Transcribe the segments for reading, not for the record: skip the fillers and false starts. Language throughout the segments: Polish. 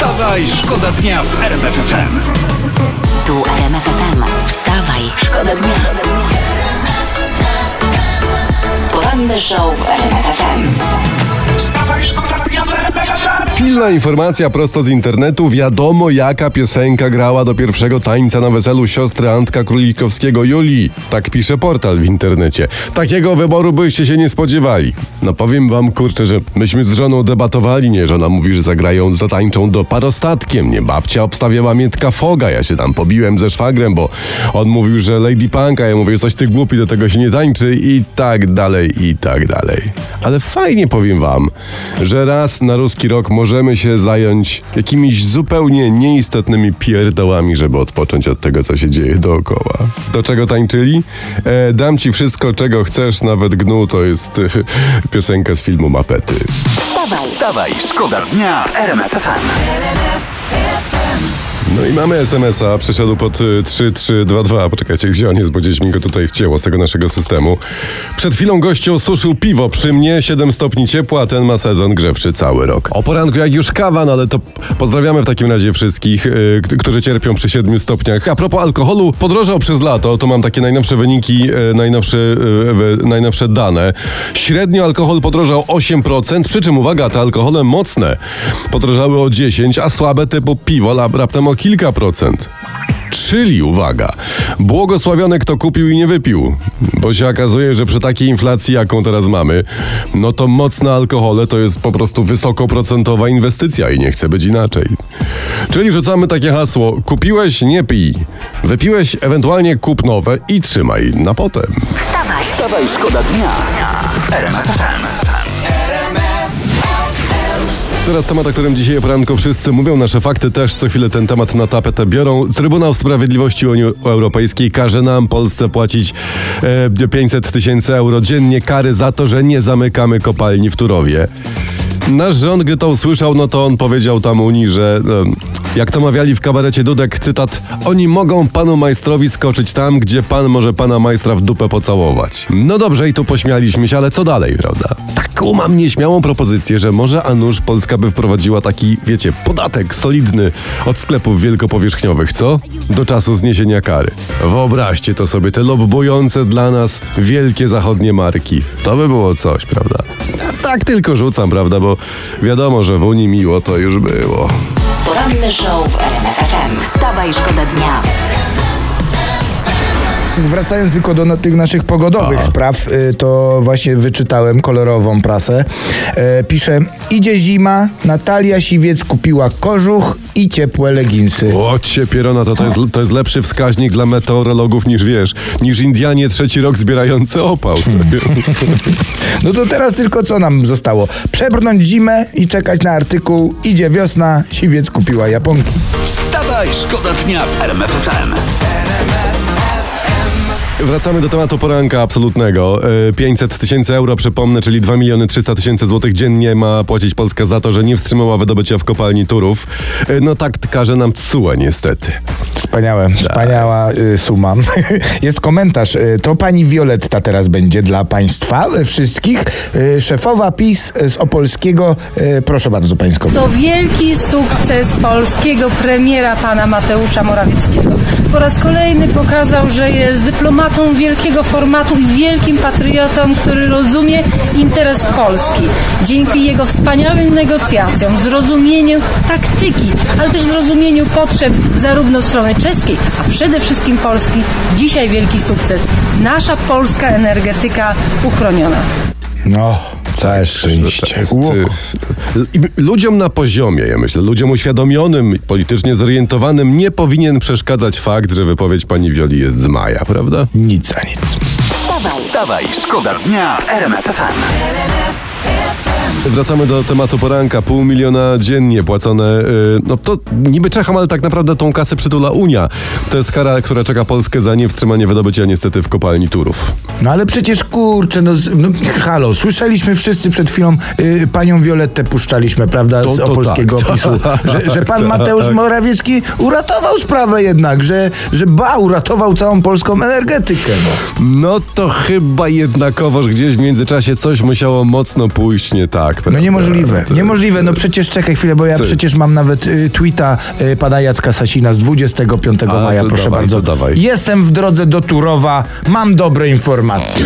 Wstawaj, szkoda dnia w RMF FM. Tu RMF FM. Wstawaj, szkoda dnia. Poranny show w RMF FM. Wstawaj, szkoda dnia w RMF FM. Pilna informacja prosto z internetu. Wiadomo, jaka piosenka grała do pierwszego tańca na weselu siostry Antka Królikowskiego Julii. Tak pisze portal w internecie. Takiego wyboru byście się nie spodziewali. No powiem wam, kurczę, że myśmy z żoną debatowali, nie? Żona mówi, że zatańczą do Parostatkiem, nie? Babcia obstawiała Mietka Foga. Ja się tam pobiłem ze szwagrem, bo on mówił, że Lady Punka. Ja mówię, coś ty głupi, do tego się nie tańczy i tak dalej, i tak dalej. Ale fajnie, powiem wam, że raz na ruski rok możemy się zająć jakimiś zupełnie nieistotnymi pierdołami, żeby odpocząć od tego, co się dzieje dookoła. Do czego tańczyli? Dam ci wszystko, czego chcesz, nawet gnu, to jest piosenka z filmu Mapety. Wstawaj, szkoda dnia w RMF FM. No i mamy SMS-a, przyszedł pod 3322. Poczekajcie, gdzie on jest, bo gdzieś mi go tutaj wcięło z tego naszego systemu. Przed chwilą gościu osuszył piwo przy mnie, 7 stopni ciepła, a ten ma sezon grzewczy cały rok. O poranku jak już kawa, no ale to pozdrawiamy w takim razie wszystkich, którzy cierpią przy 7 stopniach. A propos alkoholu, podrożał przez lato, to mam takie najnowsze wyniki, najnowsze dane. Średnio alkohol podrożał 8%, przy czym uwaga, te alkohole mocne podrożały o 10%, a słabe typu piwo raptem o kilka procent. Czyli, uwaga, błogosławiony kto kupił i nie wypił, bo się okazuje, że przy takiej inflacji, jaką teraz mamy, no to mocne alkohole to jest po prostu wysokoprocentowa inwestycja i nie chce być inaczej. Czyli rzucamy takie hasło: kupiłeś, nie pij, wypiłeś, ewentualnie kup nowe i trzymaj na potem. Wstawaj, szkoda dnia w RMF FM. Teraz temat, o którym dzisiaj o poranku wszyscy mówią, nasze fakty też co chwilę ten temat na tapetę biorą. Trybunał Sprawiedliwości Unii Europejskiej każe nam, Polsce, płacić 500 000 euro dziennie kary za to, że nie zamykamy kopalni w Turowie. Nasz rząd, gdy to usłyszał, no to on powiedział tam Unii, że jak to mawiali w kabarecie Dudek, cytat: oni mogą panu majstrowi skoczyć tam, gdzie pan może pana majstra w dupę pocałować. No dobrze, i tu pośmialiśmy się, ale co dalej, prawda? Taką mam nieśmiałą propozycję, że może a nuż Polska by wprowadziła taki, wiecie, podatek solidny od sklepów wielkopowierzchniowych, co? Do czasu zniesienia kary. Wyobraźcie to sobie, te lobbujące dla nas wielkie zachodnie marki. To by było coś, prawda? Tak tylko rzucam, prawda, bo wiadomo, że w Unii miło to już było. Poranny show w RMF FM. Wstawaj, szkoda dnia. Wracając tylko do tych naszych pogodowych spraw, to właśnie wyczytałem kolorową prasę. Pisze: idzie zima, Natalia Siwiec kupiła kożuch i ciepłe leginsy. Łocie pierona, to jest lepszy wskaźnik dla meteorologów niż Indianie trzeci rok zbierający opał. No to teraz tylko co nam zostało? Przebrnąć zimę i czekać na artykuł: idzie wiosna, Siwiec kupiła japonki. Wstawaj, szkoda dnia w RMF FM. Wracamy do tematu poranka absolutnego. 500 000 euro, przypomnę, czyli 2 300 000 złotych dziennie ma płacić Polska za to, że nie wstrzymała wydobycia w kopalni Turów. No tak każe nam TSUE niestety. Wspaniała suma. Jest komentarz. To pani Violetta teraz będzie dla państwa wszystkich. Szefowa PiS z Opolskiego. Proszę bardzo pańską. To wielki sukces polskiego premiera pana Mateusza Morawieckiego. Po raz kolejny pokazał, że jest dyplomatą wielkiego formatu i wielkim patriotą, który rozumie interes Polski. Dzięki jego wspaniałym negocjacjom, zrozumieniu taktyki, ale też zrozumieniu potrzeb zarówno strony czeskiej, a przede wszystkim Polski, dzisiaj wielki sukces. Nasza polska energetyka uchroniona. No, całe szczęście. Ludziom na poziomie, ja myślę, ludziom uświadomionym, politycznie zorientowanym nie powinien przeszkadzać fakt, że wypowiedź pani Wioli jest z maja, prawda? Nic a nic. Wstawaj, szkoda dnia w RMF FM. Wracamy do tematu poranka. 500 000 dziennie płacone, no to niby czekam, ale tak naprawdę tą kasę przytula Unia. To jest kara, która czeka Polskę za niewstrzymanie wydobycia niestety w kopalni Turów. No ale przecież kurczę, halo, słyszeliśmy wszyscy przed chwilą panią Violettę puszczaliśmy, prawda, z opolskiego PiS-u, że pan Mateusz Morawiecki uratował sprawę jednak, że uratował całą polską energetykę. No to chyba jednakowoż gdzieś w międzyczasie coś musiało mocno pójść nie tak. No prawda? niemożliwe, niemożliwe. No przecież czekaj chwilę, bo ja Co przecież mam nawet tweeta pana Jacka Sasina z 25 maja, to proszę dawaj, bardzo. to dawaj. Jestem w drodze do Turowa, mam dobre informacje.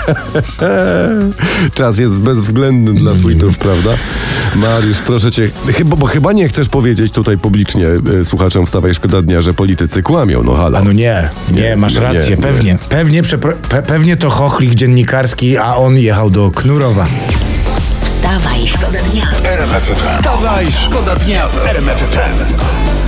Czas jest bezwzględny dla tweetów, prawda? Mariusz, proszę cię, bo chyba nie chcesz powiedzieć tutaj publicznie słuchaczom Wstawaj Szkoda Dnia, że politycy kłamią, no halo. A no nie, masz rację, pewnie. Pewnie to chochlik dziennikarski, a on jechał do Knurowa. Wstawaj, szkoda dnia. Wstawaj, szkoda dnia w RMF FM.